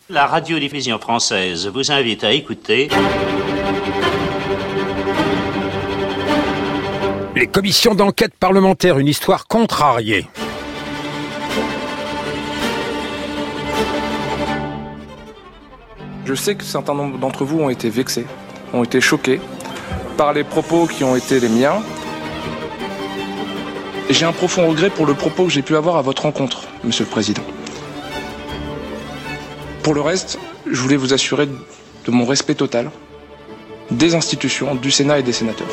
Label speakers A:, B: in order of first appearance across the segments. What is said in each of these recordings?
A: La radiodiffusion française vous invite à écouter...
B: Les commissions d'enquête parlementaire, une histoire contrariée.
C: Je sais que certains nombre d'entre vous ont été vexés, ont été choqués par les propos qui ont été les miens. Et j'ai un profond regret pour le propos que j'ai pu avoir à votre rencontre, Monsieur le Président. Pour le reste, je voulais vous assurer de mon respect total des institutions, du Sénat et des sénateurs.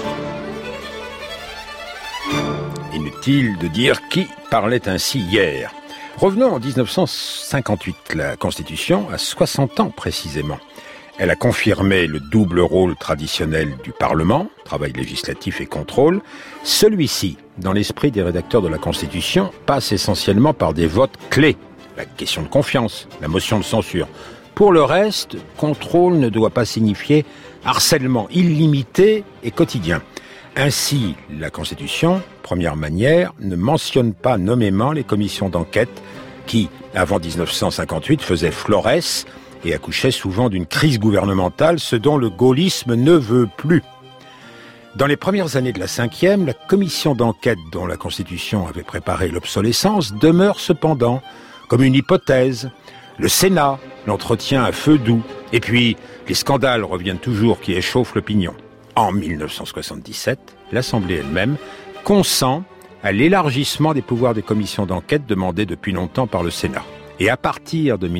B: Inutile de dire qui parlait ainsi hier. Revenons en 1958. La Constitution a 60 ans précisément. Elle a confirmé le double rôle traditionnel du Parlement, travail législatif et contrôle. Celui-ci, dans l'esprit des rédacteurs de la Constitution, passe essentiellement par des votes clés. La question de confiance, la motion de censure. Pour le reste, contrôle ne doit pas signifier harcèlement illimité et quotidien. Ainsi, la Constitution, première manière, ne mentionne pas nommément les commissions d'enquête qui, avant 1958, faisaient florès et accouchaient souvent d'une crise gouvernementale, ce dont le gaullisme ne veut plus. Dans les premières années de la Ve, la commission d'enquête dont la Constitution avait préparé l'obsolescence demeure cependant comme une hypothèse. Le Sénat l'entretient à feu doux. Et puis, les scandales reviennent toujours qui échauffent l'opinion. En 1977, l'Assemblée elle-même consent à l'élargissement des pouvoirs des commissions d'enquête demandés depuis longtemps par le Sénat. Et à partir de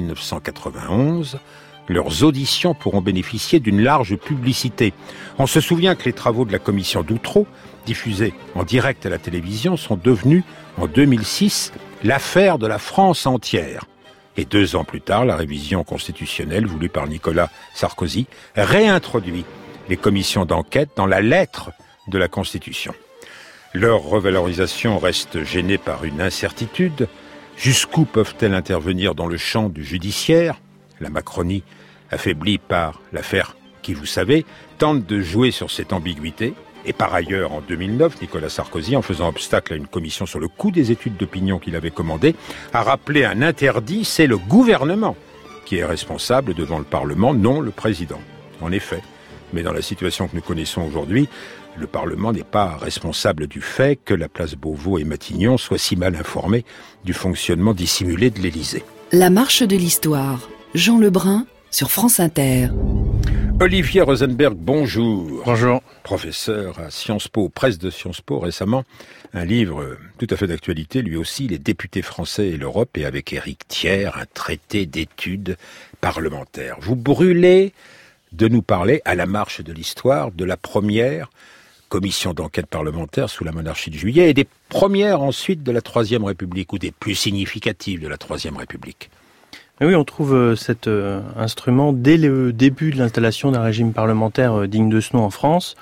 B: 1991, leurs auditions pourront bénéficier d'une large publicité. On se souvient que les travaux de la commission d'Outreau, diffusés en direct à la télévision, sont devenus, en 2006, l'affaire de la France entière. Et 2 ans plus tard, la révision constitutionnelle voulue par Nicolas Sarkozy réintroduit les commissions d'enquête dans la lettre de la Constitution. Leur revalorisation reste gênée par une incertitude. Jusqu'où peuvent-elles intervenir dans le champ du judiciaire ? La Macronie, affaiblie par l'affaire qui, vous savez, tente de jouer sur cette ambiguïté. Et par ailleurs, en 2009, Nicolas Sarkozy, en faisant obstacle à une commission sur le coût des études d'opinion qu'il avait commandée, a rappelé un interdit, c'est le gouvernement qui est responsable devant le Parlement, non le président. En effet, mais dans la situation que nous connaissons aujourd'hui, le Parlement n'est pas responsable du fait que la place Beauvau et Matignon soient si mal informés du fonctionnement dissimulé de l'Élysée.
D: La marche de l'histoire. Jean Lebrun sur France Inter.
B: Olivier Rosenberg, bonjour.
E: Bonjour.
B: Professeur à Sciences Po, presse de Sciences Po récemment, un livre tout à fait d'actualité, lui aussi, Les députés français et l'Europe, et avec Éric Thiers, un traité d'études parlementaires. Vous brûlez de nous parler, à la marche de l'histoire, de la première commission d'enquête parlementaire sous la monarchie de Juillet et des premières ensuite de la Troisième République, ou des plus significatives de la Troisième République.
E: Oui, on trouve cet instrument dès le début de l'installation d'un régime parlementaire digne de ce nom en France.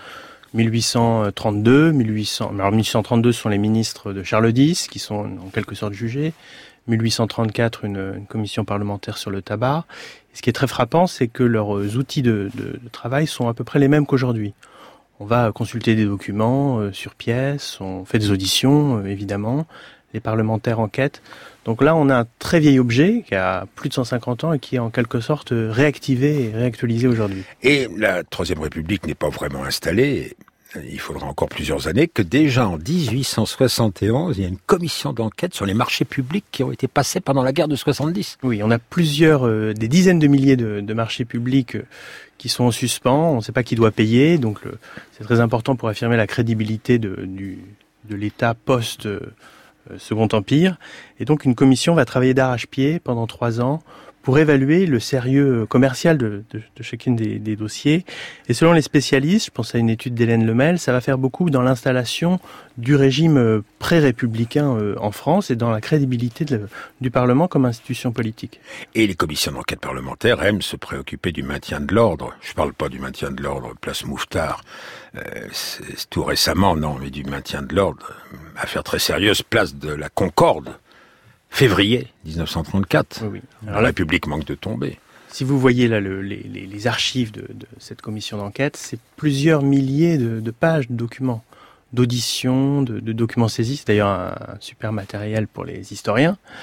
E: 1832, alors 1832 sont les ministres de Charles X qui sont en quelque sorte jugés. 1834, une commission parlementaire sur le tabac. Et ce qui est très frappant, c'est que leurs outils de travail sont à peu près les mêmes qu'aujourd'hui. On va consulter des documents sur pièce, on fait des auditions, évidemment. Les parlementaires enquêtent. Donc là, on a un très vieil objet qui a plus de 150 ans et qui est en quelque sorte réactivé et réactualisé aujourd'hui.
B: Et la Troisième République n'est pas vraiment installée, il faudra encore plusieurs années, que déjà en 1871, il y a une commission d'enquête sur les marchés publics qui ont été passés pendant la guerre de 70.
E: Oui, on a des dizaines de milliers de marchés publics qui sont en suspens, on ne sait pas qui doit payer, donc c'est très important pour affirmer la crédibilité de l'État post-Second Empire. Et donc une commission va travailler d'arrache-pied pendant 3 ans pour évaluer le sérieux commercial de chacune des dossiers. Et selon les spécialistes, je pense à une étude d'Hélène Lemel, ça va faire beaucoup dans l'installation du régime pré-républicain en France et dans la crédibilité du Parlement comme institution politique.
B: Et les commissions d'enquête parlementaires aiment se préoccuper du maintien de l'ordre. Je ne parle pas du maintien de l'ordre place Mouffetard, c'est tout récemment, non, mais du maintien de l'ordre. Affaire très sérieuse, place de la Concorde. Février 1934.
E: Oui.
B: Alors, la République manque de tomber.
E: Si vous voyez là les archives de cette commission d'enquête, c'est plusieurs milliers de pages de documents, d'auditions, de documents saisis. C'est d'ailleurs un super matériel pour les historiens.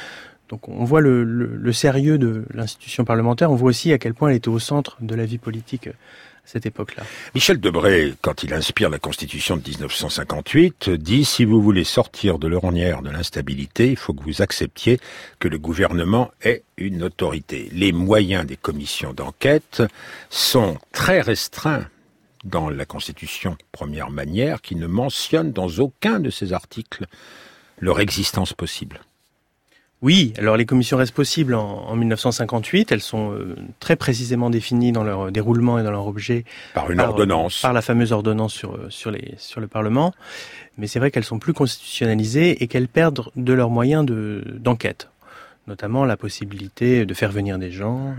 E: Donc on voit le sérieux de l'institution parlementaire, on voit aussi à quel point elle était au centre de la vie politique à cette époque-là.
B: Michel Debré, quand il inspire la Constitution de 1958, dit « Si vous voulez sortir de l'ornière de l'instabilité, il faut que vous acceptiez que le gouvernement est une autorité. Les moyens des commissions d'enquête sont très restreints dans la Constitution première manière, qui ne mentionne dans aucun de ces articles leur existence possible. »
E: Oui, alors les commissions restent possibles en 1958, elles sont très précisément définies dans leur déroulement et dans leur objet
B: par une ordonnance,
E: par la fameuse ordonnance sur le Parlement, mais c'est vrai qu'elles sont plus constitutionnalisées et qu'elles perdent de leurs moyens d'enquête, notamment la possibilité de faire venir des gens,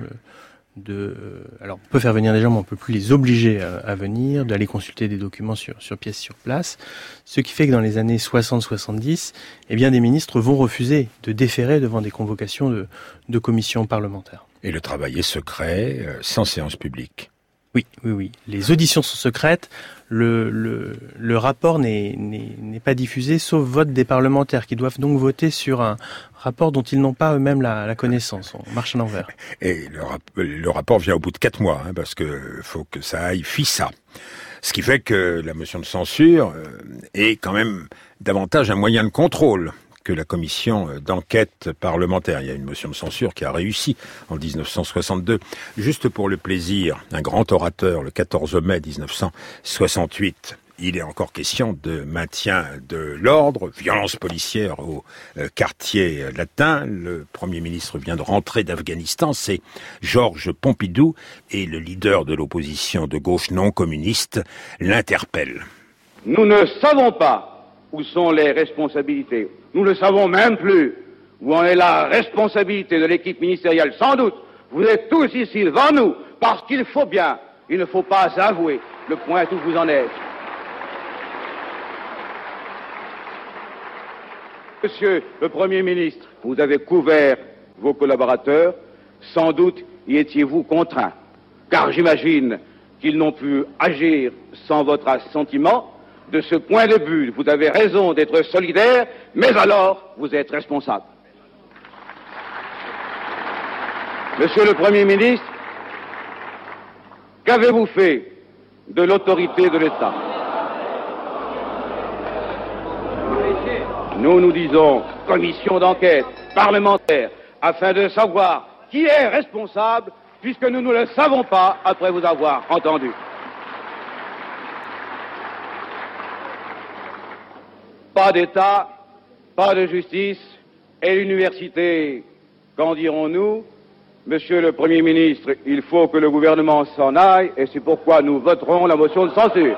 E: alors on peut faire venir des gens, mais on peut plus les obliger à venir, d'aller consulter des documents sur pièce, sur place. Ce qui fait que dans les années 60-70, eh bien des ministres vont refuser de déférer devant des convocations de commissions parlementaires.
B: Et le travail est secret, sans séance publique.
E: Oui. Les auditions sont secrètes. Le rapport n'est pas diffusé, sauf vote des parlementaires, qui doivent donc voter sur un rapport dont ils n'ont pas eux-mêmes la connaissance. On marche à l'envers.
B: Et le rapport vient au bout de 4 mois, parce que faut que ça aille FISA. Ce qui fait que la motion de censure est quand même davantage un moyen de contrôle que la commission d'enquête parlementaire. Il y a une motion de censure qui a réussi en 1962. Juste pour le plaisir, un grand orateur, le 14 mai 1968, il est encore question de maintien de l'ordre, violence policière au quartier latin. Le Premier ministre vient de rentrer d'Afghanistan, c'est Georges Pompidou, et le leader de l'opposition de gauche non communiste l'interpelle.
F: Nous ne savons pas où sont les responsabilités. Nous ne savons même plus où en est la responsabilité de l'équipe ministérielle. Sans doute, vous êtes tous ici devant nous, parce qu'il faut bien, il ne faut pas avouer le point où vous en êtes. Monsieur le Premier ministre, vous avez couvert vos collaborateurs, sans doute y étiez-vous contraint, car j'imagine qu'ils n'ont pu agir sans votre assentiment. De ce point de vue, vous avez raison d'être solidaire, mais alors vous êtes responsable. Monsieur le Premier ministre, qu'avez-vous fait de l'autorité de l'État? Nous disons commission d'enquête parlementaire, afin de savoir qui est responsable, puisque nous ne le savons pas après vous avoir entendu. Pas d'État, pas de justice, et l'université, qu'en dirons-nous? Monsieur le Premier ministre, il faut que le gouvernement s'en aille, et c'est pourquoi nous voterons la motion de censure.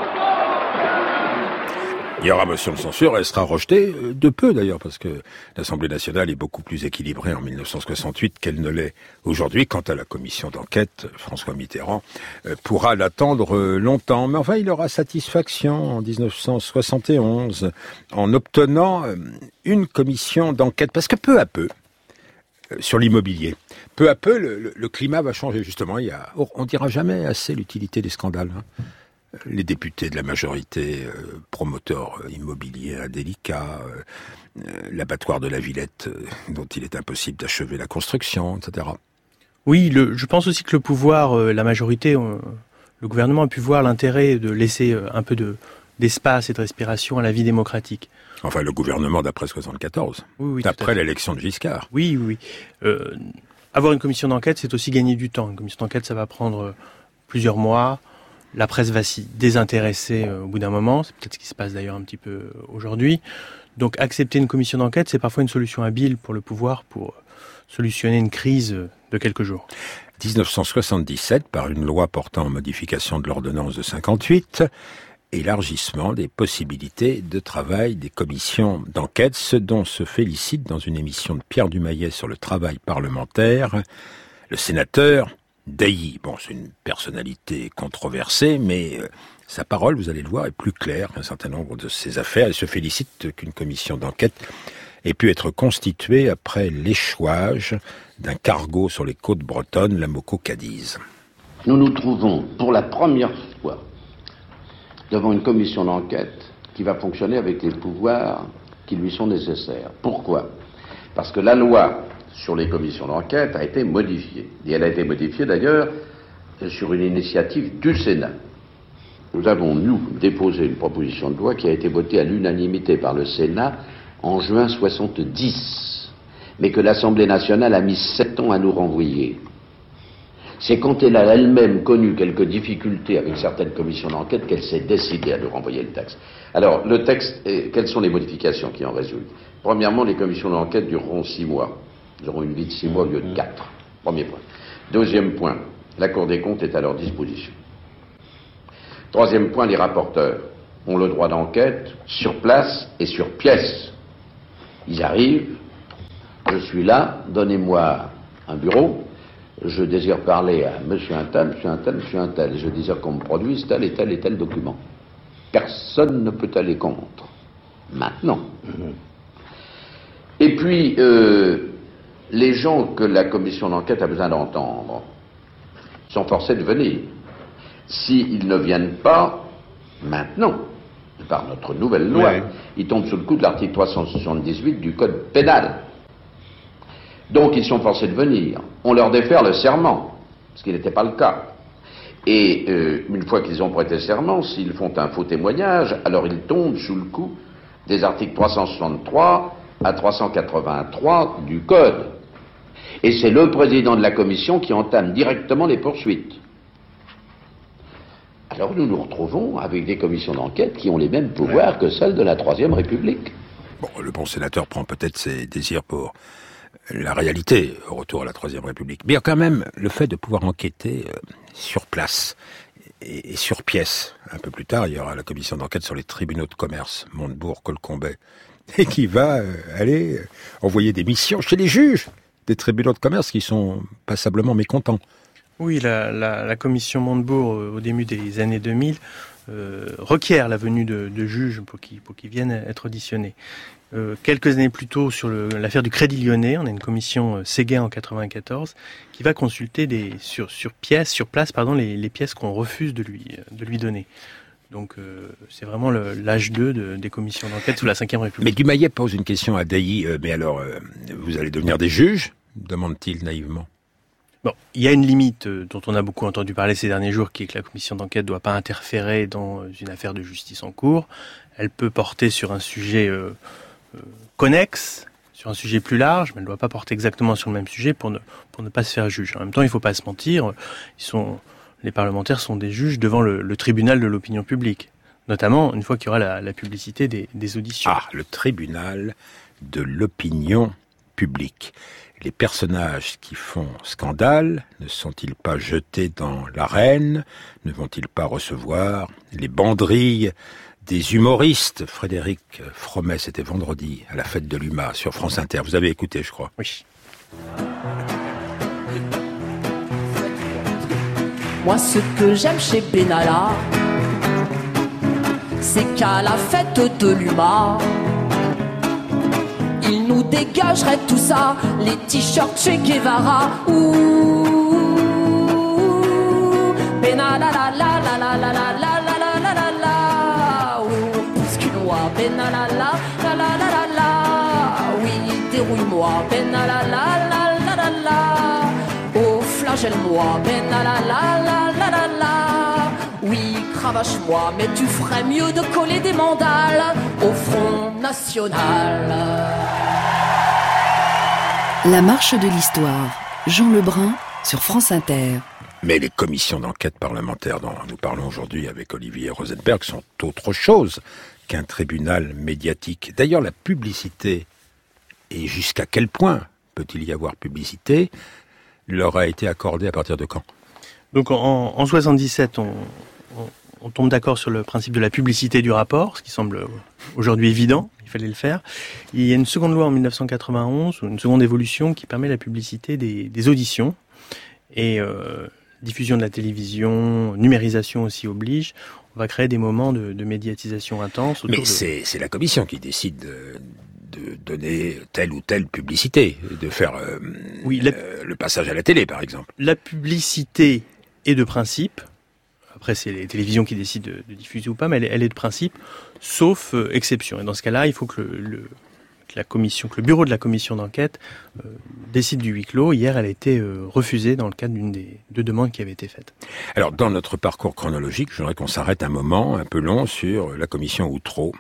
B: Il y aura motion de censure, elle sera rejetée, de peu d'ailleurs, parce que l'Assemblée nationale est beaucoup plus équilibrée en 1968 qu'elle ne l'est aujourd'hui. Quant à la commission d'enquête, François Mitterrand pourra l'attendre longtemps. Mais enfin, il aura satisfaction en 1971 en obtenant une commission d'enquête, parce que peu à peu, sur l'immobilier, peu à peu, le climat va changer justement. On dira jamais assez l'utilité des scandales. Les députés de la majorité, promoteurs immobiliers indélicats, l'abattoir de la Villette, dont il est impossible d'achever la construction, etc.
E: Oui, je pense aussi que le pouvoir, la majorité, le gouvernement a pu voir l'intérêt de laisser un peu d'espace et de respiration à la vie démocratique.
B: Enfin, le gouvernement d'après 74,
E: oui,
B: d'après l'élection de Giscard.
E: Oui. Avoir une commission d'enquête, c'est aussi gagner du temps. Une commission d'enquête, ça va prendre plusieurs mois. La presse va s'y désintéresser au bout d'un moment. C'est peut-être ce qui se passe d'ailleurs un petit peu aujourd'hui. Donc accepter une commission d'enquête, c'est parfois une solution habile pour le pouvoir pour solutionner une crise de quelques jours.
B: 1977, par une loi portant modification de l'ordonnance de 58, élargissement des possibilités de travail des commissions d'enquête, ce dont se félicite dans une émission de Pierre Dumayet sur le travail parlementaire, le sénateur Dailly. Bon, c'est une personnalité controversée, mais sa parole, vous allez le voir, est plus claire qu'un certain nombre de ses affaires. Elle se félicite qu'une commission d'enquête ait pu être constituée après l'échouage d'un cargo sur les côtes bretonnes, la Moco Cadiz.
G: Nous nous trouvons pour la première fois devant une commission d'enquête qui va fonctionner avec les pouvoirs qui lui sont nécessaires. Pourquoi ? Parce que la loi sur les commissions d'enquête a été modifiée. Et elle a été modifiée d'ailleurs sur une initiative du Sénat. Nous avons, nous, déposé une proposition de loi qui a été votée à l'unanimité par le Sénat en juin 70, mais que l'Assemblée nationale a mis 7 ans à nous renvoyer. C'est quand elle a elle-même connu quelques difficultés avec certaines commissions d'enquête qu'elle s'est décidée à nous renvoyer le texte. Alors, le texte, quelles sont les modifications qui en résultent? Premièrement, les commissions d'enquête dureront 6 mois. Ils auront une vie de 6 mois au lieu de 4. Premier point. Deuxième point, la Cour des comptes est à leur disposition. Troisième point, les rapporteurs ont le droit d'enquête sur place et sur pièce. Ils arrivent, je suis là, donnez-moi un bureau, je désire parler à monsieur un tel, monsieur un tel, monsieur un tel, et je désire qu'on me produise tel et tel et tel document. Personne ne peut aller contre. Maintenant. Et puis, les gens que la commission d'enquête a besoin d'entendre sont forcés de venir. S'ils ne viennent pas, maintenant, par notre nouvelle loi, ils tombent sous le coup de l'article 378 du Code pénal. Donc ils sont forcés de venir. On leur défère le serment, ce qui n'était pas le cas. Et une fois qu'ils ont prêté serment, s'ils font un faux témoignage, alors ils tombent sous le coup des articles 363 à 383 du Code. Et c'est le président de la commission qui entame directement les poursuites. Alors nous nous retrouvons avec des commissions d'enquête qui ont les mêmes pouvoirs que celles de la Troisième République.
B: Bon, le bon sénateur prend peut-être ses désirs pour la réalité au retour à la Troisième République. Mais il y a quand même le fait de pouvoir enquêter sur place et sur pièce. Un peu plus tard, il y aura la commission d'enquête sur les tribunaux de commerce, Montebourg, Colcombet, et qui va aller envoyer des missions chez les juges des tribunaux de commerce qui sont passablement mécontents.
E: Oui, la commission Montebourg, au début des années 2000, requiert la venue de juges pour qu'ils viennent être auditionnés. Quelques années plus tôt, sur l'affaire du Crédit Lyonnais, on a une commission Séguin en 94 qui va consulter sur place, les pièces qu'on refuse de lui donner. Donc c'est vraiment l'âge 2 des commissions d'enquête sous la Ve République.
B: Mais Dumayet pose une question à Dailly. Mais alors, vous allez devenir des juges ? Demande-t-il naïvement.
E: Bon, il y a une limite dont on a beaucoup entendu parler ces derniers jours, qui est que la commission d'enquête ne doit pas interférer dans une affaire de justice en cours. Elle peut porter sur un sujet connexe, sur un sujet plus large, mais elle ne doit pas porter exactement sur le même sujet pour ne pas se faire juge. En même temps, il ne faut pas se mentir, les parlementaires sont des juges devant le tribunal de l'opinion publique, notamment une fois qu'il y aura la publicité des auditions.
B: Ah, le tribunal de l'opinion publique. Les personnages qui font scandale ne sont-ils pas jetés dans l'arène? Ne vont-ils pas recevoir les banderilles des humoristes? Frédéric Fromet, c'était vendredi, à la fête de l'UMA, sur France Inter. Vous avez écouté, je crois.
E: Oui.
H: Moi, ce que j'aime chez Benalla, c'est qu'à la fête de l'UMA, il nous dégagerait tout ça, les t-shirts Che Guevara. Ouh, Benalla la la la la la la la la la la la. Ouh, bouscule-moi, Benalla la la la la la la. Oui, dérouille-moi, Benalla la la la la la. Oh, flagelle-moi, Benalla la la la la la. Oui, cravache-moi, mais tu ferais mieux de coller des mandales au Front National.
D: La marche de l'histoire. Jean Lebrun sur France Inter.
B: Mais les commissions d'enquête parlementaires dont nous parlons aujourd'hui avec Olivier Rosenberg sont autre chose qu'un tribunal médiatique. D'ailleurs, la publicité, et jusqu'à quel point peut-il y avoir publicité, leur a été accordée à partir de quand ?
E: Donc en 77, on tombe d'accord sur le principe de la publicité du rapport, ce qui semble aujourd'hui évident, il fallait le faire. Il y a une seconde loi en 1991, une seconde évolution qui permet la publicité des auditions. Et diffusion de la télévision, numérisation aussi oblige. On va créer des moments de médiatisation intense.
B: Mais c'est la commission qui décide de donner telle ou telle publicité, de faire le passage à la télé, par exemple.
E: La publicité est de principe. Après, c'est les télévisions qui décident de diffuser ou pas, mais elle est de principe, sauf exception. Et dans ce cas-là, il faut que le bureau de la commission d'enquête décide du huis clos. Hier, elle a été refusée dans le cadre d'une des 2 demandes qui avaient été faites.
B: Alors, dans notre parcours chronologique, je voudrais qu'on s'arrête un moment un peu long sur la commission Outreau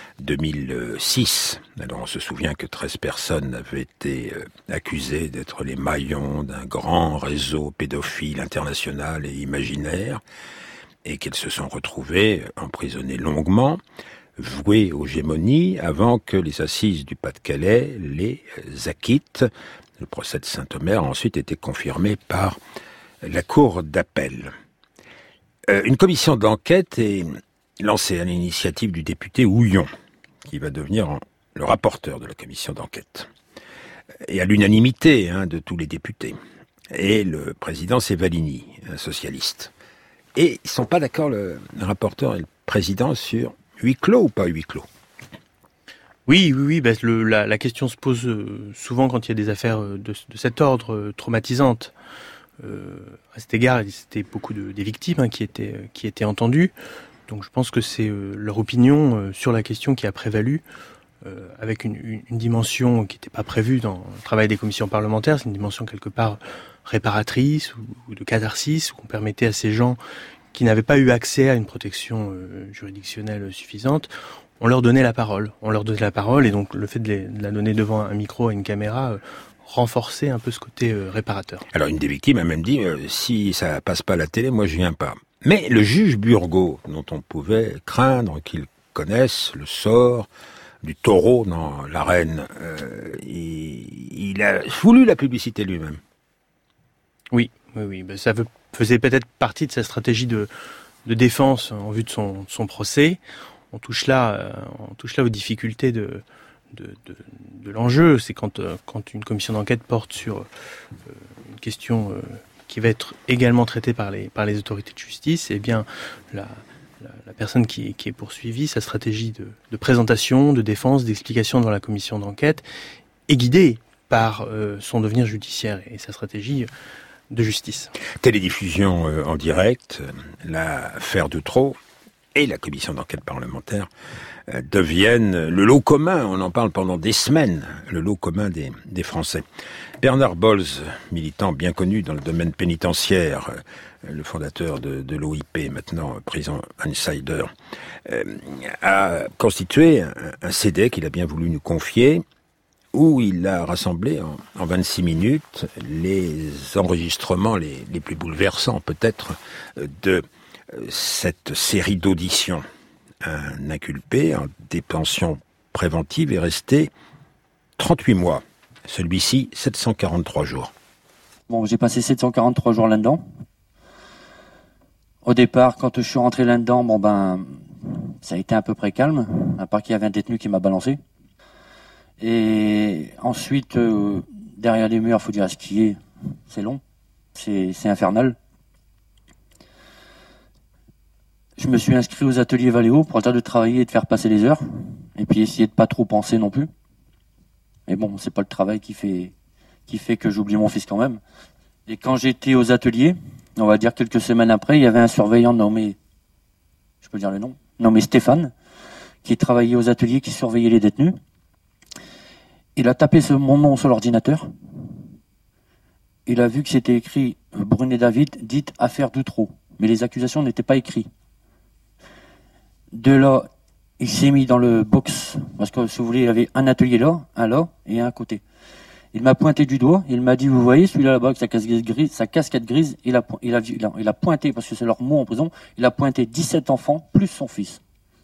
B: 2006. Alors, on se souvient que 13 personnes avaient été accusées d'être les maillons d'un grand réseau pédophile international et imaginaire, et qu'elles se sont retrouvées emprisonnées longuement, vouées aux gémonies, avant que les assises du Pas-de-Calais les acquittent. Le procès de Saint-Omer a ensuite été confirmé par la cour d'appel. Une commission d'enquête est lancée à l'initiative du député Houillon, qui va devenir le rapporteur de la commission d'enquête. Et à l'unanimité de tous les députés. Et le président, c'est Valigny, un socialiste. Et ils ne sont pas d'accord, le rapporteur et le président, sur huis clos ou pas huis clos?
E: Oui. La question se pose souvent quand il y a des affaires de cet ordre traumatisantes. À cet égard, c'était beaucoup des victimes qui étaient entendues. Donc je pense que c'est leur opinion sur la question qui a prévalu, avec une dimension qui n'était pas prévue dans le travail des commissions parlementaires. C'est une dimension quelque part réparatrice ou de catharsis, où on permettait à ces gens qui n'avaient pas eu accès à une protection juridictionnelle suffisante, on leur donnait la parole. Et donc le fait de la donner devant un micro, à une caméra, renforçait un peu ce côté réparateur.
B: Alors une des victimes a même dit si ça passe pas à la télé, moi je viens pas. Mais le juge Burgot, dont on pouvait craindre qu'il connaisse le sort du taureau dans l'arène, il a voulu la publicité lui-même.
E: Oui. Ça faisait peut-être partie de sa stratégie de défense en vue de son procès. On touche là aux difficultés de l'enjeu. C'est quand une commission d'enquête porte sur une question qui va être également traitée par les autorités de justice, eh bien la personne qui est poursuivie, sa stratégie de présentation, de défense, d'explication dans la commission d'enquête est guidée par son devenir judiciaire et sa stratégie de justice.
B: Télédiffusion en direct, l'affaire d'Outreau et la commission d'enquête parlementaire deviennent le lot commun, on en parle pendant des semaines, le lot commun des Français. Bernard Bolz, militant bien connu dans le domaine pénitentiaire, le fondateur de l'OIP, maintenant Prison Insider, a constitué un CD qu'il a bien voulu nous confier, où il a rassemblé en 26 minutes les enregistrements les plus bouleversants peut-être de cette série d'auditions. Un inculpé en détention préventive est resté 38 mois. Celui-ci, 743 jours.
I: Bon, j'ai passé 743 jours là-dedans. Au départ, quand je suis rentré là-dedans, ça a été à peu près calme, à part qu'il y avait un détenu qui m'a balancé. Et ensuite, derrière les murs, faut dire ce qui est, c'est long, c'est infernal. Je me suis inscrit aux ateliers Valéo pour le temps de travailler et de faire passer les heures, et puis essayer de pas trop penser non plus. Mais bon, c'est pas le travail qui fait que j'oublie mon fils quand même. Et quand j'étais aux ateliers, on va dire quelques semaines après, il y avait un surveillant nommé, je peux dire le nom, nommé Stéphane, qui travaillait aux ateliers, qui surveillait les détenus. Il a tapé mon nom sur l'ordinateur. Il a vu que c'était écrit Brunet David, dite affaire d'Outreau. Mais les accusations n'étaient pas écrites. De là, il s'est mis dans le box, parce que si vous voulez, il y avait un atelier là, un là et un à côté. Il m'a pointé du doigt, il m'a dit, vous voyez, celui-là là-bas, avec sa casquette grise, il a pointé, parce que c'est leur mot en prison, il a pointé 17 enfants, plus son fils.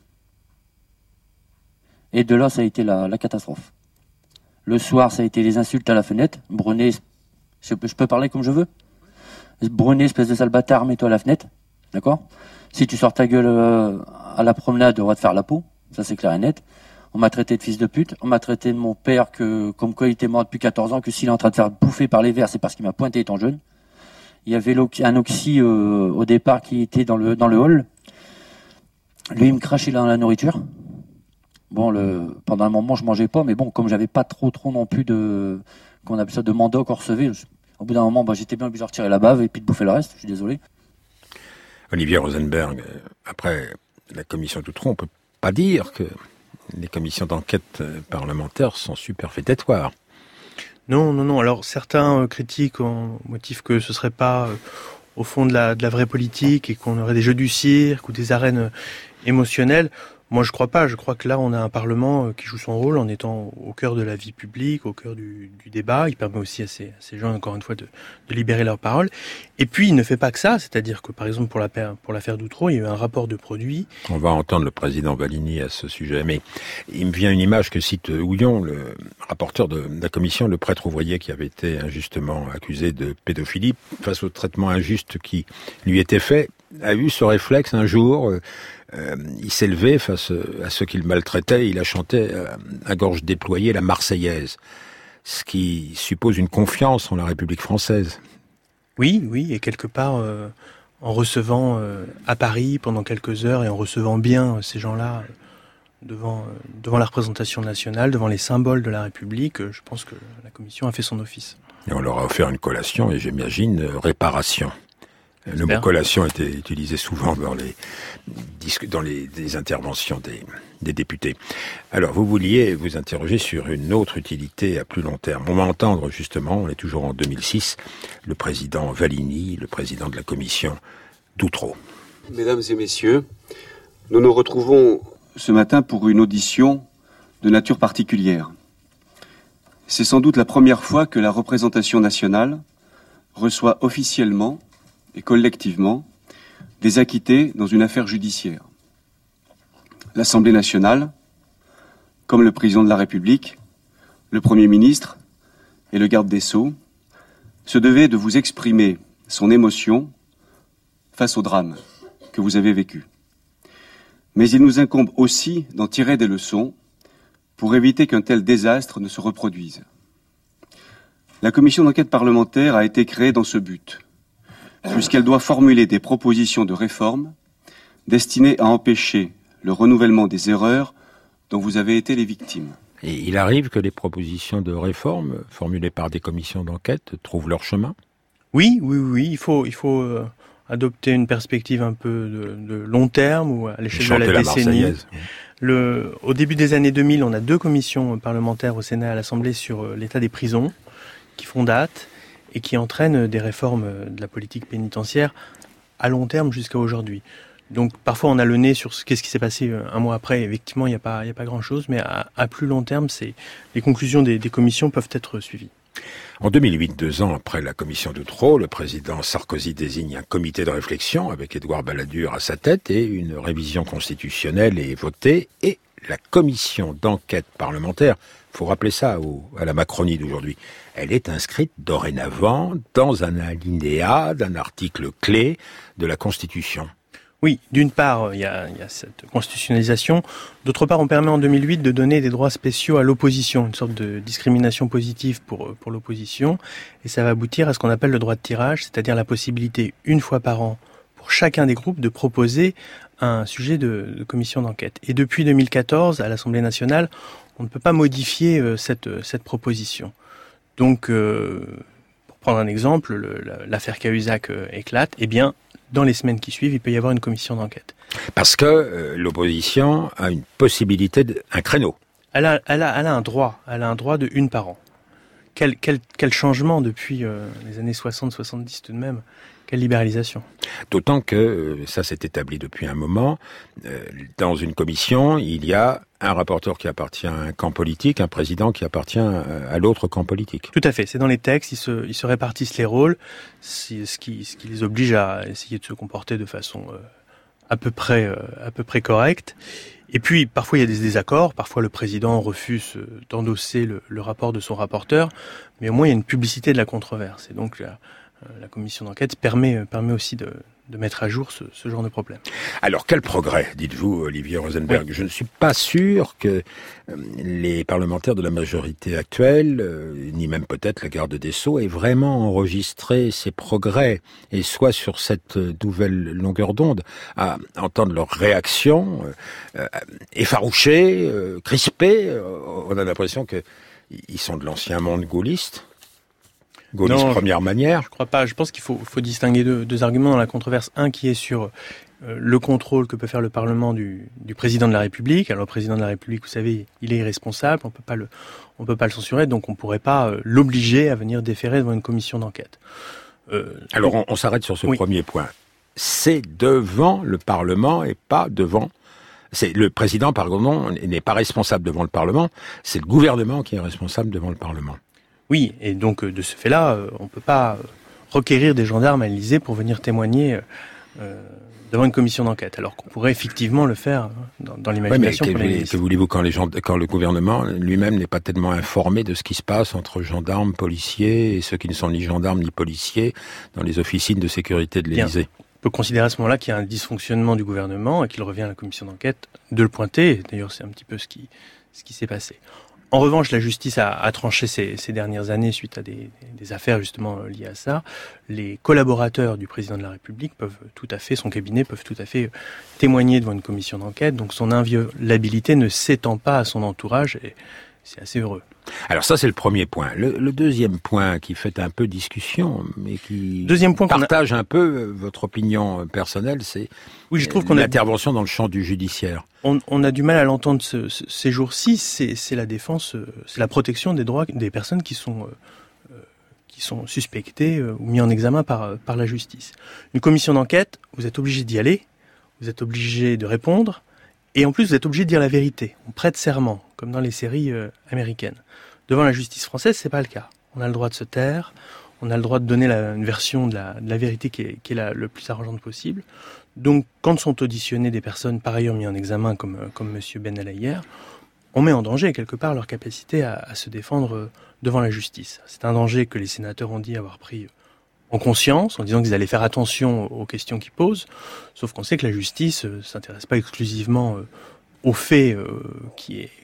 I: Et de là, ça a été la catastrophe. Le soir, ça a été les insultes à la fenêtre. Brunet, je peux parler comme je veux. Brunet, espèce de sale bâtard, mets-toi à la fenêtre. D'accord? Si tu sors ta gueule à la promenade, on va te faire la peau. Ça, c'est clair et net. On m'a traité de fils de pute. On m'a traité de mon père comme quoi il était mort depuis 14 ans, que s'il est en train de faire bouffer par les vers, c'est parce qu'il m'a pointé étant jeune. Il y avait un oxy au départ qui était dans le hall. Lui, il me crachait dans la nourriture. Bon, pendant un moment, je mangeais pas, mais bon, comme j'avais pas trop non plus qu'on appelle ça de mandat qu'on recevait, au bout d'un moment, j'étais bien obligé de retirer la bave et puis de bouffer le reste. Je suis désolé.
B: Olivier Rosenberg, après la commission d'Outreau, on peut pas dire que les commissions d'enquête parlementaires sont superfétatoires.
E: Non. Alors certains critiquent au motif que ce serait pas au fond de la vraie politique et qu'on aurait des jeux du cirque ou des arènes émotionnelles. Moi, je crois pas. Je crois que là, on a un Parlement qui joue son rôle en étant au cœur de la vie publique, au cœur du débat. Il permet aussi à ces gens, encore une fois, de libérer leur parole. Et puis, il ne fait pas que ça. C'est-à-dire que, par exemple, pour l'affaire d'Outreau, il y a eu un rapport de produit.
B: On va entendre le président Valigny à ce sujet. Mais il me vient une image que cite Houillon, le rapporteur de la commission, le prêtre ouvrier qui avait été injustement accusé de pédophilie, face au traitement injuste qui lui était fait, a eu ce réflexe un jour. Il s'est levé face à ceux qu'il maltraitait, il a chanté à gorge déployée la Marseillaise, ce qui suppose une confiance en la République française.
E: Oui, et quelque part, en recevant à Paris pendant quelques heures et en recevant bien ces gens-là devant la représentation nationale, devant les symboles de la République, je pense que la commission a fait son office.
B: Et on leur a offert une collation et j'imagine réparation. Le mot collation était utilisé souvent dans les interventions des députés. Alors, vous vouliez vous interroger sur une autre utilité à plus long terme. On va entendre justement, on est toujours en 2006, le président Valigny, le président de la commission d'Outreau.
J: Mesdames et messieurs, nous nous retrouvons ce matin pour une audition de nature particulière. C'est sans doute la première fois que la représentation nationale reçoit officiellement et collectivement des acquittés dans une affaire judiciaire. L'Assemblée nationale, comme le président de la République, le Premier ministre et le garde des Sceaux, se devait de vous exprimer son émotion face au drame que vous avez vécu. Mais il nous incombe aussi d'en tirer des leçons pour éviter qu'un tel désastre ne se reproduise. La commission d'enquête parlementaire a été créée dans ce but, puisqu'elle doit formuler des propositions de réforme destinées à empêcher le renouvellement des erreurs dont vous avez été les victimes.
B: Et il arrive que les propositions de réforme formulées par des commissions d'enquête trouvent leur chemin ?
E: Oui, il faut adopter une perspective un peu de long terme ou à l'échelle de la décennie. Au début des années 2000, on a 2 commissions parlementaires au Sénat et à l'Assemblée sur l'état des prisons qui font date et qui entraînent des réformes de la politique pénitentiaire à long terme jusqu'à aujourd'hui. Donc parfois on a le nez sur qu'est-ce qui s'est passé un mois après. Effectivement, il n'y a pas grand-chose, mais à plus long terme, les conclusions des commissions peuvent être suivies.
B: En 2008, 2 ans après la commission d'Outreau, le président Sarkozy désigne un comité de réflexion avec Édouard Balladur à sa tête et une révision constitutionnelle est votée et la commission d'enquête parlementaire, il faut rappeler ça à la Macronie d'aujourd'hui, elle est inscrite dorénavant dans un alinéa d'un article clé de la Constitution.
E: Oui, d'une part, il y a cette constitutionnalisation. D'autre part, on permet en 2008 de donner des droits spéciaux à l'opposition, une sorte de discrimination positive pour l'opposition. Et ça va aboutir à ce qu'on appelle le droit de tirage, c'est-à-dire la possibilité, une fois par an, pour chacun des groupes, de proposer un sujet de commission d'enquête. Et depuis 2014, à l'Assemblée nationale, on ne peut pas modifier cette proposition. Donc, pour prendre un exemple, l'affaire Cahuzac éclate, eh bien, dans les semaines qui suivent, il peut y avoir une commission d'enquête.
B: Parce que l'opposition a une possibilité, un créneau.
E: Elle a un droit de une par an. Quel changement depuis les années 60-70 tout de même. Quelle libéralisation.
B: D'autant que, ça s'est établi depuis un moment, dans une commission, il y a un rapporteur qui appartient à un camp politique, un président qui appartient à l'autre camp politique.
E: Tout à fait, c'est dans les textes, ils se répartissent les rôles, ce qui les oblige à essayer de se comporter de façon à peu près correcte. Et puis, parfois, il y a des désaccords, parfois le président refuse d'endosser le rapport de son rapporteur, mais au moins il y a une publicité de la controverse. Et donc, la commission d'enquête permet aussi de mettre à jour ce genre de problème.
B: Alors, quel progrès, dites-vous, Olivier Rosenberg ? Oui. Je ne suis pas sûr que les parlementaires de la majorité actuelle, ni même peut-être la garde des Sceaux, aient vraiment enregistré ces progrès, et soit sur cette nouvelle longueur d'onde, à entendre leurs réactions, effarouchées, crispées. On a l'impression qu'ils sont de l'ancien monde gaulliste. gaulliste première manière.
E: Je crois pas. Je pense qu'il faut distinguer deux arguments dans la controverse. Un qui est sur le contrôle que peut faire le Parlement du président de la République. Alors le président de la République, vous savez, il est irresponsable, on peut pas le censurer, donc on pourrait pas l'obliger à venir déférer devant une commission d'enquête.
B: Alors on s'arrête sur ce premier point. C'est devant le Parlement et pas devant... Le président, pardon, n'est pas responsable devant le Parlement, c'est le gouvernement qui est responsable devant le Parlement.
E: Oui, et donc de ce fait-là, on peut pas requérir des gendarmes à l'Élysée pour venir témoigner devant une commission d'enquête, alors qu'on pourrait effectivement le faire dans l'imagination.
B: Mais que voulez-vous quand le gouvernement lui-même n'est pas tellement informé de ce qui se passe entre gendarmes, policiers et ceux qui ne sont ni gendarmes ni policiers dans les officines de sécurité de l'Élysée?
E: On peut considérer à ce moment-là qu'il y a un dysfonctionnement du gouvernement et qu'il revient à la commission d'enquête de le pointer. D'ailleurs, c'est un petit peu ce qui s'est passé. En revanche, la justice a tranché ces dernières années suite à des affaires justement liées à ça. Les collaborateurs du président de la République peuvent tout à fait, son cabinet peuvent tout à fait témoigner devant une commission d'enquête. Donc son inviolabilité ne s'étend pas à son entourage et c'est assez heureux.
B: Alors ça, c'est le premier point. Le deuxième point qui fait un peu discussion, mais qui partage un peu votre opinion personnelle, c'est je trouve l'intervention dans le champ du judiciaire.
E: On a du mal à l'entendre ces jours-ci, c'est la défense, c'est la protection des droits des personnes qui sont suspectées ou mis en examen par la justice. Une commission d'enquête, vous êtes obligé d'y aller, vous êtes obligé de répondre, et en plus vous êtes obligé de dire la vérité. On prête serment, comme dans les séries américaines. Devant la justice française, c'est pas le cas. On a le droit de se taire, on a le droit de donner une version de la vérité qui est le plus arrangeante possible. Donc, quand sont auditionnées des personnes par ailleurs mises en examen, comme Monsieur Ben Allah hier, on met en danger quelque part leur capacité à se défendre devant la justice. C'est un danger que les sénateurs ont dit avoir pris en conscience, en disant qu'ils allaient faire attention aux questions qu'ils posent, sauf qu'on sait que la justice s'intéresse pas exclusivement aux faits qui est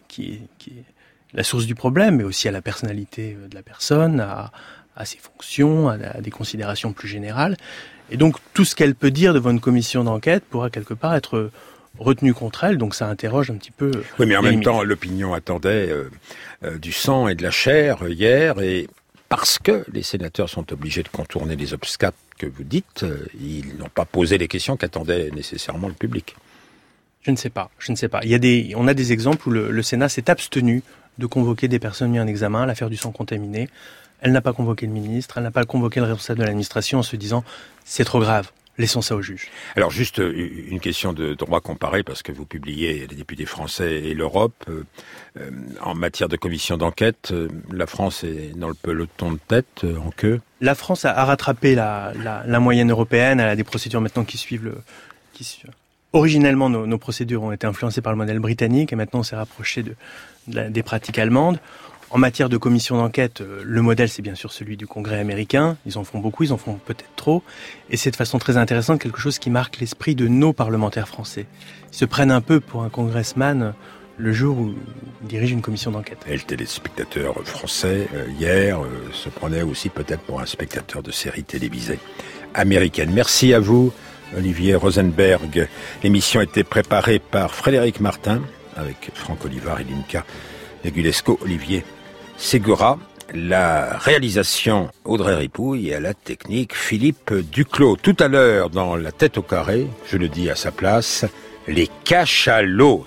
E: la source du problème, mais aussi à la personnalité de la personne, à ses fonctions, à des considérations plus générales. Et donc, tout ce qu'elle peut dire devant une commission d'enquête pourra quelque part être retenu contre elle, donc ça interroge un petit peu...
B: Oui, mais en même temps, l'opinion attendait du sang et de la chair hier, et parce que les sénateurs sont obligés de contourner les obstacles que vous dites, ils n'ont pas posé les questions qu'attendait nécessairement le public.
E: Je ne sais pas. On a des exemples où le Sénat s'est abstenu de convoquer des personnes mises en examen, l'affaire du sang contaminé. Elle n'a pas convoqué le ministre, elle n'a pas convoqué le responsable de l'administration en se disant « c'est trop grave, laissons ça au juge ».
B: Alors juste une question de droit comparé, parce que vous publiez les députés français et l'Europe. En matière de commission d'enquête, la France est dans le peloton de tête, en queue.
E: La France a rattrapé la moyenne européenne, elle a des procédures maintenant qui suivent Originellement, nos procédures ont été influencées par le modèle britannique et maintenant on s'est rapproché des pratiques allemandes. En matière de commission d'enquête, le modèle c'est bien sûr celui du Congrès américain. Ils en font beaucoup, ils en font peut-être trop. Et c'est de façon très intéressante quelque chose qui marque l'esprit de nos parlementaires français. Ils se prennent un peu pour un congressman le jour où ils dirigent une commission d'enquête.
B: Et le téléspectateur français, hier, se prenait aussi peut-être pour un spectateur de séries télévisées américaines. Merci à vous, Olivier Rosenberg. L'émission a été préparée par Frédéric Martin, avec Franck Olivard et Linka Negulesco, Olivier Ségura. La réalisation, Audrey Ripouille, et à la technique, Philippe Duclos. Tout à l'heure, dans La Tête au carré, je le dis à sa place, les cachalots.